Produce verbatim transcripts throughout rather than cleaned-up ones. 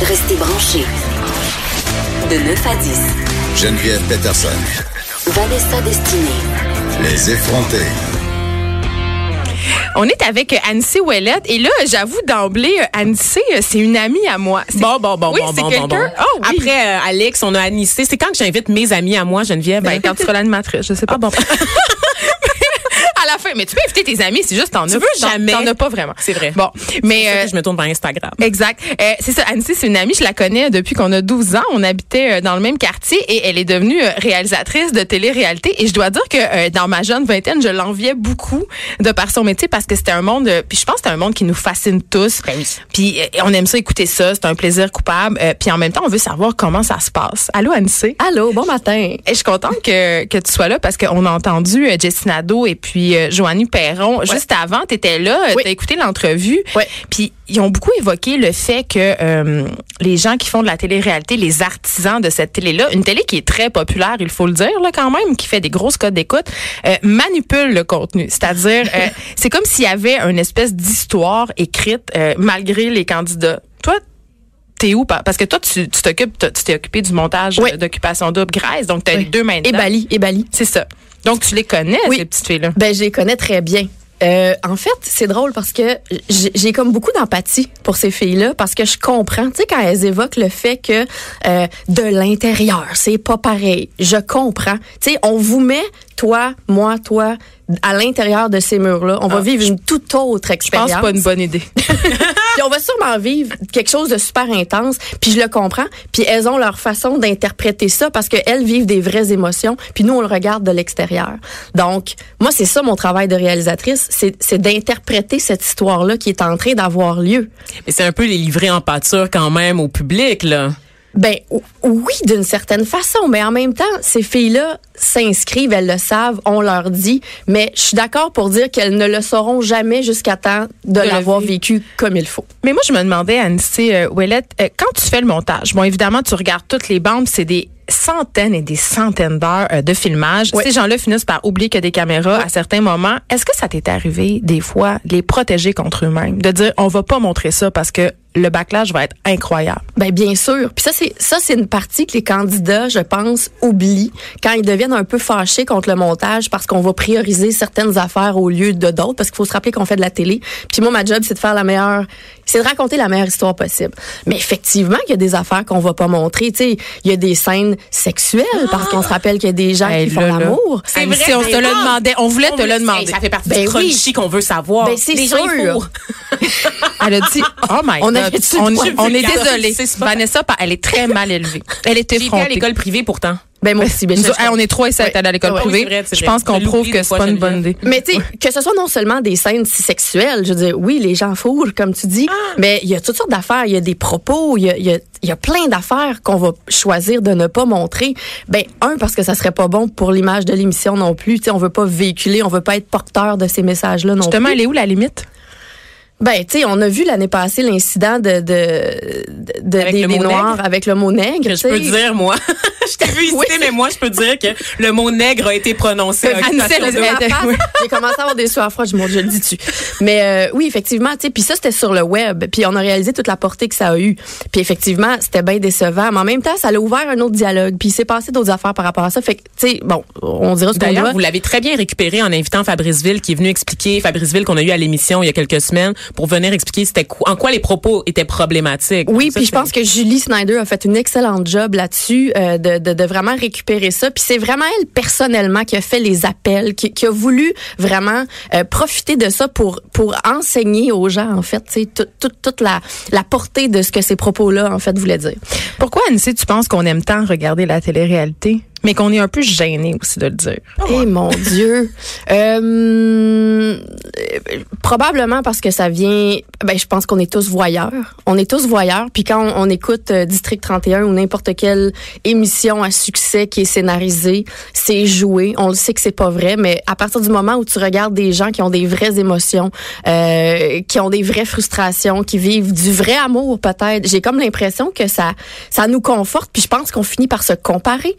Restez branchés. De neuf à dix. Geneviève Peterson. Vanessa Destinée. Les effrontés. On est avec Anne-C Ouellette et là, j'avoue d'emblée, Anne-C, c'est une amie à moi. C'est... Bon, bon, bon, oui, bon, c'est bon, quelqu'un... bon, bon. Oh, oui. Après euh, Alex, on a Anne-C. C'est quand que j'invite mes amis à moi, Geneviève? Ben, quand tu seras l'animatrice, je sais pas. Ah bon. À la fin, mais tu peux inviter tes amis, c'est juste t'en Tu as veux jamais. T'en as pas vraiment. C'est vrai. Bon, mais c'est pour ça euh, que je me tourne vers Instagram. Exact. Euh, c'est ça, Anne-C, c'est une amie, je la connais depuis qu'on a douze ans. On habitait euh, dans le même quartier et elle est devenue euh, réalisatrice de télé-réalité. Et je dois dire que euh, dans ma jeune vingtaine, je l'enviais beaucoup de par son métier parce que c'était un monde, euh, puis je pense que c'est un monde qui nous fascine tous. Ben oui. Puis euh, on aime ça écouter ça, c'est un plaisir coupable. Euh, puis en même temps, on veut savoir comment ça se passe. Allô, Anne-C? Allô, bon matin. Et je suis contente que, que tu sois là parce qu'on a entendu euh, Jessie Nadeau et puis euh, Joanie Perron. Ouais. Juste avant, tu étais là, oui. Tu as écouté l'entrevue. Oui. Puis ils ont beaucoup évoqué le fait que euh, les gens qui font de la télé-réalité, les artisans de cette télé-là, une télé qui est très populaire, il faut le dire là quand même, qui fait des grosses cotes d'écoute, euh, manipule le contenu. C'est-à-dire, euh, c'est comme s'il y avait une espèce d'histoire écrite euh, malgré les candidats. Toi, t'es où? Parce que toi, tu, tu t'occupes, tu t'es occupé du montage oui. d'Occupation Double Grèce, donc tu as oui. les deux mains dedans. Et Bali, et Bali. C'est ça. Donc, tu les connais, oui. ces petites filles-là? Ben, je les connais très bien. Euh, en fait, c'est drôle parce que j'ai, j'ai comme beaucoup d'empathie pour ces filles-là parce que je comprends, tu sais, quand elles évoquent le fait que euh, de l'intérieur, c'est pas pareil. Je comprends. Tu sais, on vous met, toi, moi, toi, à l'intérieur de ces murs-là. On va ah, vivre une toute autre expérience. Je pense pas une bonne idée. Puis on va sûrement vivre quelque chose de super intense. Puis je le comprends. Puis elles ont leur façon d'interpréter ça parce qu'elles vivent des vraies émotions. Puis nous, on le regarde de l'extérieur. Donc, moi, c'est ça mon travail de réalisatrice. C'est, c'est d'interpréter cette histoire-là qui est en train d'avoir lieu. Mais c'est un peu les livrer en pâture quand même au public, là. Ben oui, d'une certaine façon, mais en même temps, ces filles-là s'inscrivent, elles le savent, on leur dit, mais je suis d'accord pour dire qu'elles ne le sauront jamais jusqu'à temps de, de l'avoir vécu comme il faut. Mais moi, je me demandais, Anne-C euh, Ouellette, euh, quand tu fais le montage, bon, évidemment, tu regardes toutes les bandes, c'est des centaines et des centaines d'heures euh, de filmage. Oui. Ces gens-là finissent par oublier qu'il y a des caméras oui. à certains moments. Est-ce que ça t'est arrivé, des fois, de les protéger contre eux-mêmes? De dire, on va pas montrer ça parce que le backlash va être incroyable. Ben bien sûr. Puis ça c'est ça c'est une partie que les candidats, je pense, oublient quand ils deviennent un peu fâchés contre le montage parce qu'on va prioriser certaines affaires au lieu de d'autres parce qu'il faut se rappeler qu'on fait de la télé. Puis moi ma job c'est de faire la meilleure c'est de raconter la meilleure histoire possible. Mais effectivement, il y a des affaires qu'on va pas montrer, tu sais, il y a des scènes sexuelles ah! parce qu'on se rappelle qu'il y a des gens hey, qui font là, l'amour. C'est vrai, si on te le demandait, on voulait on te veut, le demander. Ça fait partie ben du crunchy oui. qu'on veut savoir. Ben c'est les sûr. Elle a dit, oh my on God, a on, on est désolé. Vanessa, elle est très mal élevée. Elle est effrontée. J'ai été à l'école privée pourtant. Ben moi aussi, ben Nous, on est trois et sept à l'école ouais, privée. oui, vrai, je pense qu'on prouve que c'est pas une bonne idée. Mais tu sais, que ce soit non seulement des scènes si sexuelles, je veux dire, oui, les gens fourrent, comme tu dis, ah. mais il y a toutes sortes d'affaires. Il y a des propos, il y a, il y a, il y a plein d'affaires qu'on va choisir de ne pas montrer. Ben un, parce que ça serait pas bon pour l'image de l'émission non plus. Tu sais, on veut pas véhiculer, on veut pas être porteur de ces messages-là non Justement, plus. Justement, elle est où la limite? Ben, tu sais, on a vu l'année passée l'incident de, de, de des, des Noirs nègre. Avec le mot nègre. Que je peux dire, moi. Je t'ai vu hésiter, oui. mais moi, je peux dire que le mot nègre a été prononcé. J'ai commencé à avoir des sueurs froides, je je le dis-tu. Mais euh, oui, effectivement, tu sais, puis ça, c'était sur le web. Puis on a réalisé toute la portée que ça a eu. Puis effectivement, c'était bien décevant. Mais en même temps, ça a ouvert un autre dialogue. Puis il s'est passé d'autres affaires par rapport à ça. Fait que, tu sais, bon, on dira ce qu'on D'ailleurs, doit. vous l'avez très bien récupéré en invitant Fabrice Ville, qui est venu expliquer, Fabrice Ville qu'on a eu à l'émission il y a quelques semaines, pour venir expliquer c'était quoi, en quoi les propos étaient problématiques. Oui, puis je pense que Julie Snyder a fait une excellente job là-dessus, euh, de, de, de vraiment récupérer ça. Puis c'est vraiment elle, personnellement, qui a fait les appels, qui, qui a voulu vraiment euh, profiter de ça pour pour enseigner aux gens, en fait, tu sais, toute tout, toute la, la portée de ce que ces propos-là, en fait, voulaient dire. Pourquoi, Anne-C, tu penses qu'on aime tant regarder la télé-réalité? Mais qu'on est un peu gêné aussi de le dire. Eh mon Dieu. Euh, probablement parce que ça vient... Ben, je pense qu'on est tous voyeurs. On est tous voyeurs. Puis quand on, on écoute euh, District trente et un ou n'importe quelle émission à succès qui est scénarisée, c'est joué. On le sait que c'est pas vrai, mais à partir du moment où tu regardes des gens qui ont des vraies émotions, euh, qui ont des vraies frustrations, qui vivent du vrai amour peut-être, j'ai comme l'impression que ça, ça nous conforte. Puis je pense qu'on finit par se comparer. Puis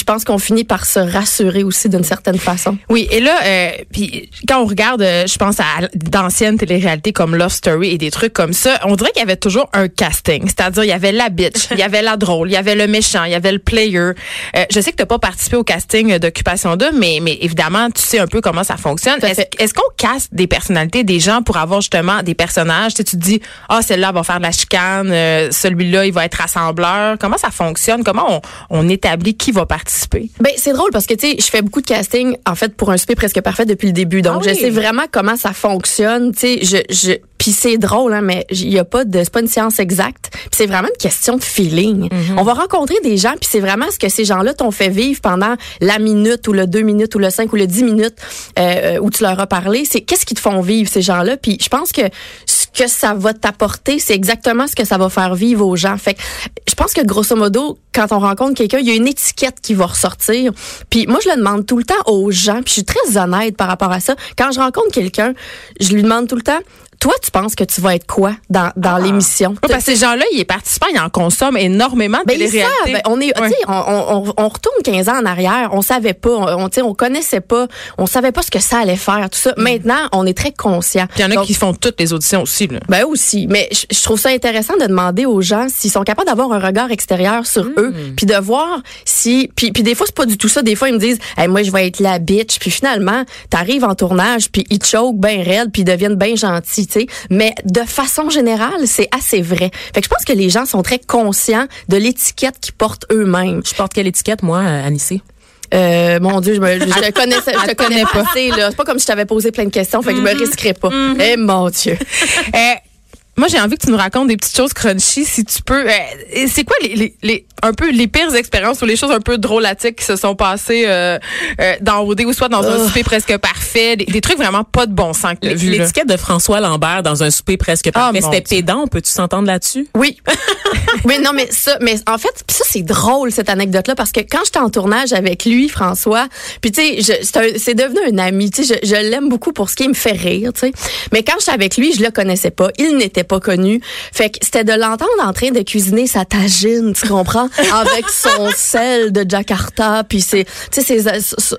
je pense qu'on finit par se rassurer aussi d'une certaine façon. Oui, et là, euh, puis quand on regarde, euh, je pense à d'anciennes téléréalités comme Love Story et des trucs comme ça, on dirait qu'il y avait toujours un casting. C'est-à-dire, il y avait la bitch, il y avait la drôle, il y avait le méchant, il y avait le player. Euh, je sais que t'as pas participé au casting d'Occupation double, mais, mais évidemment, tu sais un peu comment ça fonctionne. Est-ce, est-ce qu'on casse des personnalités, des gens pour avoir justement des personnages? Tu sais, tu te dis, ah, oh, celle-là va faire de la chicane, euh, celui-là, il va être rassembleur. Comment ça fonctionne? Comment on, on établit qui va participer? Ben, c'est drôle parce que, tu sais, je fais beaucoup de casting, en fait, pour un souper presque parfait depuis le début. Donc, ah oui. Je sais vraiment comment ça fonctionne. Tu sais, je, je, puis c'est drôle, hein, mais il y a pas de, c'est pas une science exacte. Puis c'est vraiment une question de feeling. Mm-hmm. On va rencontrer des gens, puis c'est vraiment ce que ces gens-là t'ont fait vivre pendant la minute ou le deux minutes ou le cinq ou le dix minutes euh, où tu leur as parlé. C'est qu'est-ce qu'ils te font vivre, ces gens-là. Puis je pense que ce que ça va t'apporter, c'est exactement ce que ça va faire vivre aux gens. Fait que je pense que grosso modo, quand on rencontre quelqu'un, il y a une étiquette qui va ressortir. Puis moi, je le demande tout le temps aux gens, puis je suis très honnête par rapport à ça. Quand je rencontre quelqu'un, je lui demande tout le temps, toi, tu penses que tu vas être quoi dans, dans ah. l'émission? Oui, parce que ces gens-là, ils sont participants, ils en consomment énormément de ben, télé-réalité. Ils savent. On est, ouais. tu sais, on, on, on retourne quinze ans en arrière, on savait pas, on, tu sais, on connaissait pas, on savait pas ce que ça allait faire, tout ça. Mm. Maintenant, on est très conscient. Puis il y en a Donc, qui font toutes les auditions aussi, là. Ben aussi. Mais je, je trouve ça intéressant de demander aux gens s'ils sont capables d'avoir un regard extérieur sur mm. eux, puis de voir si, puis, puis des fois, c'est pas du tout ça. Des fois, ils me disent, hey, moi, je vais être la bitch. Puis finalement, t'arrives en tournage, puis ils te choquent ben raide, puis ils deviennent ben gentils, tu sais. Mais de façon générale, c'est assez vrai. Fait que je pense que les gens sont très conscients de l'étiquette qu'ils portent eux-mêmes. Je porte quelle étiquette, moi, Anissé? Euh, mon Dieu, je, me, je te connaissais, je te connais pas assez, là. C'est pas comme si je t'avais posé plein de questions, fait que mm-hmm. je me risquerais pas. Mm-hmm. Eh, mon Dieu. euh, moi, j'ai envie que tu nous racontes des petites choses crunchy, si tu peux. Euh, c'est quoi les, les, les, un peu les pires expériences ou les choses un peu drôlatiques qui se sont passées euh, euh, dans O D ou soit dans oh. un souper presque parfait, des, des trucs vraiment pas de bon sens que t'as vu. L'étiquette de François Lambert dans un souper presque parfait, oh, c'était pédant. Peux-tu s'entendre là-dessus? Oui. Oui, non, mais ça, mais en fait, pis ça, c'est drôle, cette anecdote-là, parce que quand j'étais en tournage avec lui, François, puis tu sais, c'est, c'est devenu un ami, tu sais, je, je l'aime beaucoup pour ce qui me fait rire, tu sais. Mais quand j'étais avec lui, je le connaissais pas. Il n'était pas connu. Fait que c'était de l'entendre en train de cuisiner sa tagine, tu comprends? Avec son sel de Jakarta, puis c'est, tu sais,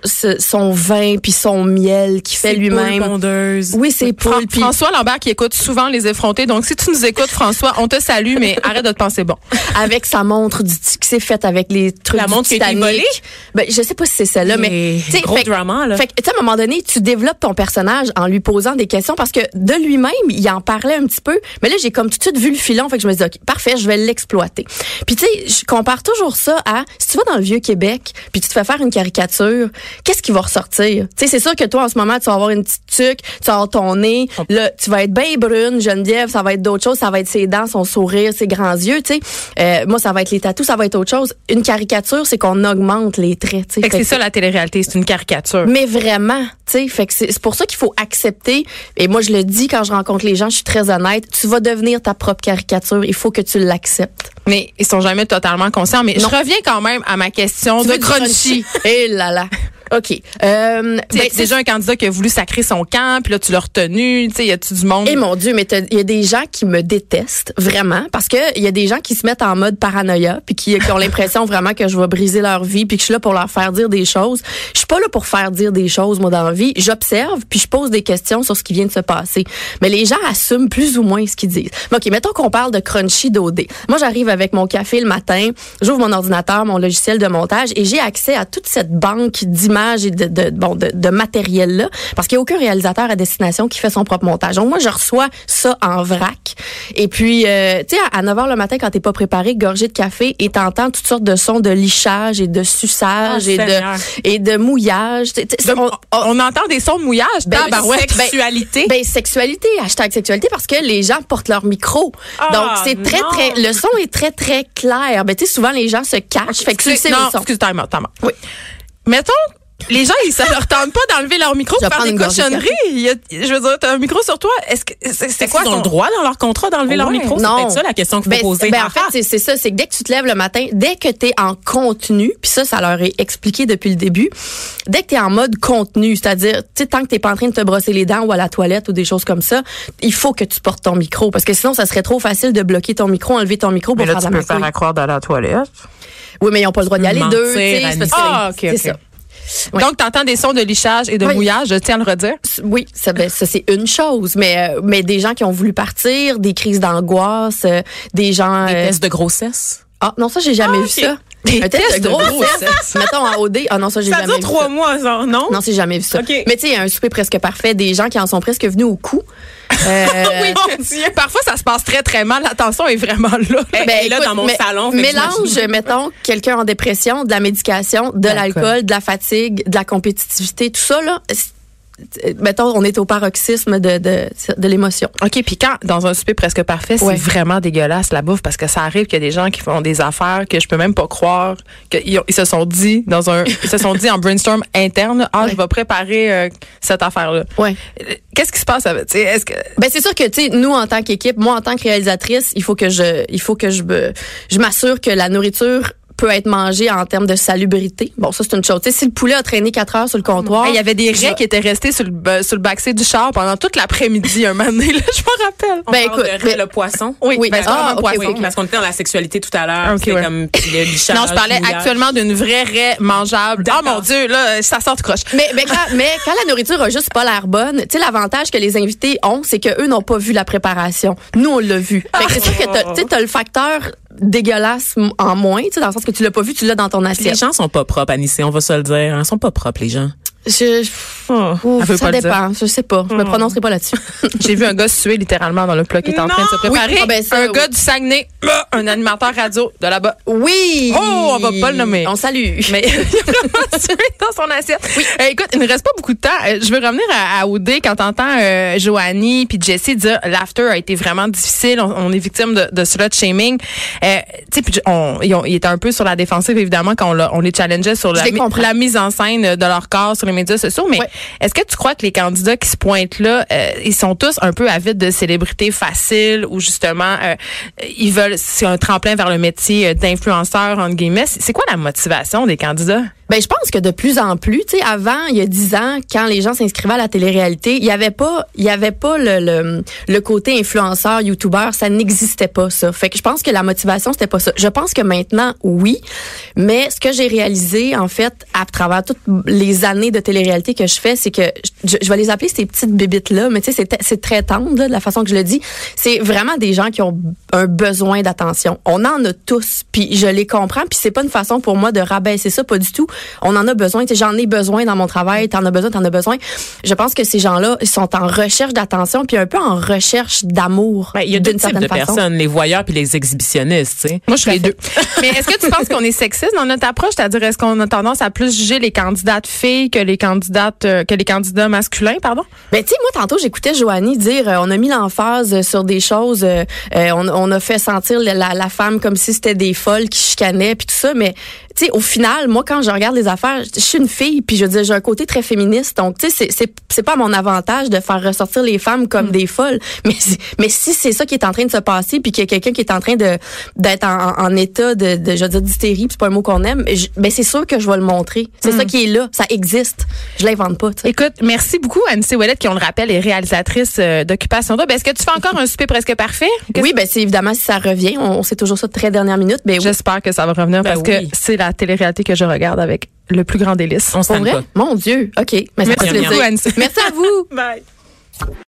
son vin, puis son miel qu'il fait lui-même. Pondeuse. Oui, c'est Fra- poules. Pis... François Lambert qui écoute souvent Les Effrontés. Donc, si tu nous écoutes, François, on te salue, mais arrête de te penser bon. Avec sa montre du qui s'est faite avec les trucs La du montre Titanic. qui a été volée? Ben, je sais pas si c'est celle-là, mais, mais gros fait, drama, là. Fait que, tu sais, à un moment donné, tu développes ton personnage en lui posant des questions parce que de lui-même, il en parlait un petit peu. Mais là, j'ai comme tout de suite vu le filon. Fait que je me dis, OK, parfait, je vais l'exploiter. Puis, tu sais, je compare toujours ça à, si tu vas dans le Vieux-Québec, puis tu te fais faire une caricature, qu'est-ce qui va ressortir? Tu sais, c'est sûr que toi, en ce moment, tu vas avoir une petite tuque, tu vas avoir ton nez, là, tu vas être bien brune, Geneviève, ça va être d'autres choses, ça va être ses dents, son sourire, ses grands yeux, tu sais. Euh, moi, ça va être les tatous, ça va être autre chose. Une caricature, c'est qu'on augmente les traits, tu sais. Fait que c'est ça la télé-réalité, c'est une caricature. Mais vraiment, tu sais, fait que c'est, c'est pour ça qu'il faut accepter, et moi, je le dis quand je rencontre les gens, je suis très honnête, tu vas devenir ta propre caricature, il faut que tu l'acceptes. Mais ils sont jamais totalement conscients. Mais non. Je reviens quand même à ma question tu de crunchy. Eh là là. OK. Euh, ben, déjà un candidat qui a voulu sacrer son camp, puis là, tu l'as retenu. Tu sais, y a-tu du monde? Eh mon Dieu, mais il y a des gens qui me détestent, vraiment, parce que il y a des gens qui se mettent en mode paranoïa, puis qui, qui ont l'impression vraiment que je vais briser leur vie, puis que je suis là pour leur faire dire des choses. Je suis pas là pour faire dire des choses, moi, dans la vie. J'observe, puis je pose des questions sur ce qui vient de se passer. Mais les gens assument plus ou moins ce qu'ils disent. Mais OK, mettons qu'on parle de crunchy d'O D. Moi, j'arrive avec mon café le matin, j'ouvre mon ordinateur, mon logiciel de montage, et j'ai accès à toute cette banque d'images et de, de, bon, de, de matériel là, parce qu'il n'y a aucun réalisateur à destination qui fait son propre montage. Donc moi, je reçois ça en vrac. Et puis, euh, tu sais, à neuf heures le matin, quand t'es pas préparé, gorgée de café, et t'entends toutes sortes de sons de lichage et de suçage oh, et, de, et de mouillage. T'sais, t'sais, on, on, on entend des sons de mouillage. Ben, ben, ouais, sexualité. Ben, ben, sexualité, hashtag sexualité, parce que les gens portent leur micro. Oh, donc, c'est très, non. très, le son est très, très clair. Ben, tu sais, souvent, les gens se cachent. Okay, fait que tu sais non, le son. Excuse, time out, time out. Oui. Mettons, les gens, ils, ça leur tente pas d'enlever leur micro pour faire des cochonneries. Il y a, je veux dire, t'as un micro sur toi. Est-ce que c'est, c'est quoi Ils ont ton... le droit dans leur contrat d'enlever ouais. leur micro? Non. C'est peut-être ça la question qu'il faut ben, poser. Ben, en fait, c'est, c'est ça. C'est que dès que tu te lèves le matin, dès que t'es en contenu, puis ça, ça leur est expliqué depuis le début, dès que t'es en mode contenu, c'est-à-dire, tu sais, tant que t'es pas en train de te brosser les dents ou à la toilette ou des choses comme ça, il faut que tu portes ton micro. Parce que sinon, ça serait trop facile de bloquer ton micro, enlever ton micro pour Mais là, faire tu de la peux faire à croire d'aller à la toilette. Oui, mais ils n'ont pas le droit d'y aller Mentir, deux. tu sais, c'est parce que- Ah, ok, c'est ok. ça. Oui. Donc, t'entends des sons de lichage et de Oui. mouillage, je tiens à le redire. Oui, ça, ben, ça c'est une chose, mais euh, mais des gens qui ont voulu partir, des crises d'angoisse, euh, des gens. Des euh, tests de grossesse. Ah non, ça j'ai jamais Ah, vu ok. ça. Des Un test tests de de grossesse. grossesse. Mettons en O D. Ah non, ça j'ai Ça jamais dure vu trois ça. mois, genre, non? Non, c'est jamais vu ça. Ok. Mais tu sais, il y a un souper presque parfait, des gens qui en sont presque venus au cou. Euh, Oui, parfois, ça se passe très, très mal. L'attention est vraiment là. Ben, et là, dans mon mais- salon, fait que mélange, j'imagine. mettons, quelqu'un en dépression, de la médication, de L'alcool. l'alcool, de la fatigue, de la compétitivité, tout ça, là, c'est- mettons, on est au paroxysme de, de, de l'émotion. OK, puis quand, dans un souper presque parfait, c'est Ouais. vraiment dégueulasse, la bouffe, parce que ça arrive qu'il y a des gens qui font des affaires que je peux même pas croire, qu'ils ont- ils se sont dit dans un, ils se sont dit en brainstorm interne, ah, Ouais. je vais préparer euh, cette affaire-là. Ouais. Euh, Qu'est-ce qui se passe avec, tu sais, est-ce que, Ben c'est sûr que tu sais nous en tant qu'équipe, moi en tant que réalisatrice, il faut que je il faut que je me je m'assure que la nourriture peut être mangée en termes de salubrité. Bon, ça c'est une chose. Tu sais, si le poulet a traîné quatre heures sur le comptoir, il y avait des je- raies qui étaient restées sur le, euh, sur le backseat du char pendant toute l'après-midi, un moment donné, là, je me rappelle. On Ben, parle écoute, de mais- le poisson. Oui, Oui, ben, ben, c'est vraiment ah, ok, poisson. ok, Oui, parce qu'on était dans la sexualité tout à l'heure. Ok, C'était ouais. comme le lichage. Non, je parlais mouillage. actuellement d'une vraie raie mangeable. D'accord. Oh mon Dieu, là, ça sort de croche. Mais, mais, quand, mais quand la nourriture a juste pas l'air bonne, tu sais, l'avantage que les invités ont, c'est qu'eux n'ont pas vu la préparation. Nous, on l'a vu. Fait que c'est sûr que t'as- tu sais, t'as le facteur dégueulasse m- en moins, tu sais, dans le sens que tu l'as pas vu, tu l'as dans ton Les assiette. gens sont pas propres, Anissé, on va se le dire. Ils sont pas propres, les gens. Je, Oh, ouf, elle veut ça pas le dire. dépend. Je sais pas. Je me prononcerai pas là-dessus. J'ai vu un gars se suer littéralement dans le plat qui est en train de se préparer. Oui, ah ben ça, un oui. gars du Saguenay, ah, un animateur radio de là-bas. Oui! Oh, on va pas le nommer. On salue. Mais il a vraiment sué dans son assiette. Euh, écoute, il ne reste pas beaucoup de temps. Euh, je veux revenir à, à O D quand t'entends euh, Joanie puis Jessie dire l'after a été vraiment difficile. On, on est victime de, de slut shaming. Euh, tu sais, puis on, ils, ont- ils étaient un peu sur la défensive évidemment quand on, l'a- on les challengeait sur la, les mi- comprends. la mise en scène de leur corps sur les médias sociaux. Mais Ouais. est-ce que tu crois que les candidats qui se pointent là, euh, ils sont tous un peu avides de célébrités faciles ou justement euh, ils veulent, c'est un tremplin vers le métier euh, d'influenceur entre guillemets. C'est c'est quoi la motivation des candidats? Ben, je pense que de plus en plus, tu sais, avant, il y a dix ans, quand les gens s'inscrivaient à la télé-réalité, il y avait pas, il y avait pas le, le, le côté influenceur, youtubeur, ça n'existait pas, ça. Fait que je pense que la motivation, c'était pas ça. Je pense que maintenant, oui. Mais ce que j'ai réalisé, en fait, à travers toutes les années de télé-réalité que je fais, c'est que je, je vais les appeler ces petites bébites-là, mais tu sais, c'est, c'est très tendre, là, de la façon que je le dis. C'est vraiment des gens qui ont un besoin d'attention. On en a tous, puis je les comprends, puis c'est pas une façon pour moi de rabaisser ça, pas du tout. On en a besoin, tu sais, j'en ai besoin dans mon travail, t'en as besoin, t'en as besoin. Je pense que ces gens-là, ils sont en recherche d'attention, puis un peu en recherche d'amour. Ben, il y a deux d'une types certaine de façon. personnes, les voyeurs puis les exhibitionnistes, tu sais. Moi, je suis les deux. Mais est-ce que tu penses qu'on est sexiste dans notre approche? C'est-à-dire, est-ce qu'on a tendance à plus juger les candidates filles que les candidates, euh, que les candidats masculins, pardon? Ben, tu sais, moi, tantôt, j'écoutais Joanie dire, euh, on a mis l'emphase sur des choses, euh, euh, on, on a fait sentir la, la, la femme comme si c'était des folles qui chicanaient, puis tout ça, mais tu sais, au final, moi, quand je regarde les affaires, je suis une fille, puis je veux dire, j'ai un côté très féministe, donc tu sais, c'est, c'est, c'est pas à mon avantage de faire ressortir les femmes comme mm. des folles, mais mais si c'est ça qui est en train de se passer, puis qu'il y a quelqu'un qui est en train de d'être en, en état de, de je veux dire, d'hystérie, puis c'est pas un mot qu'on aime, je, ben c'est sûr que je vais le montrer. C'est mm. ça qui est là, ça existe. Je l'invente pas. T'sais. Écoute, merci beaucoup Anissé Ouellette, qui on le rappelle est réalisatrice euh, d'Occupation Double. Est-ce que tu fais encore un souper presque parfait? Qu'est-ce oui, ben c'est évidemment si ça revient, on, on sait toujours ça de très dernière minute, mais oui. J'espère que ça va revenir Ben parce oui. que c'est la télé-réalité que je regarde avec le plus grand délice. On Pour s'en vrai? pas. Mon Dieu. OK. Merci pas beaucoup, Anissé. Merci à vous. Bye.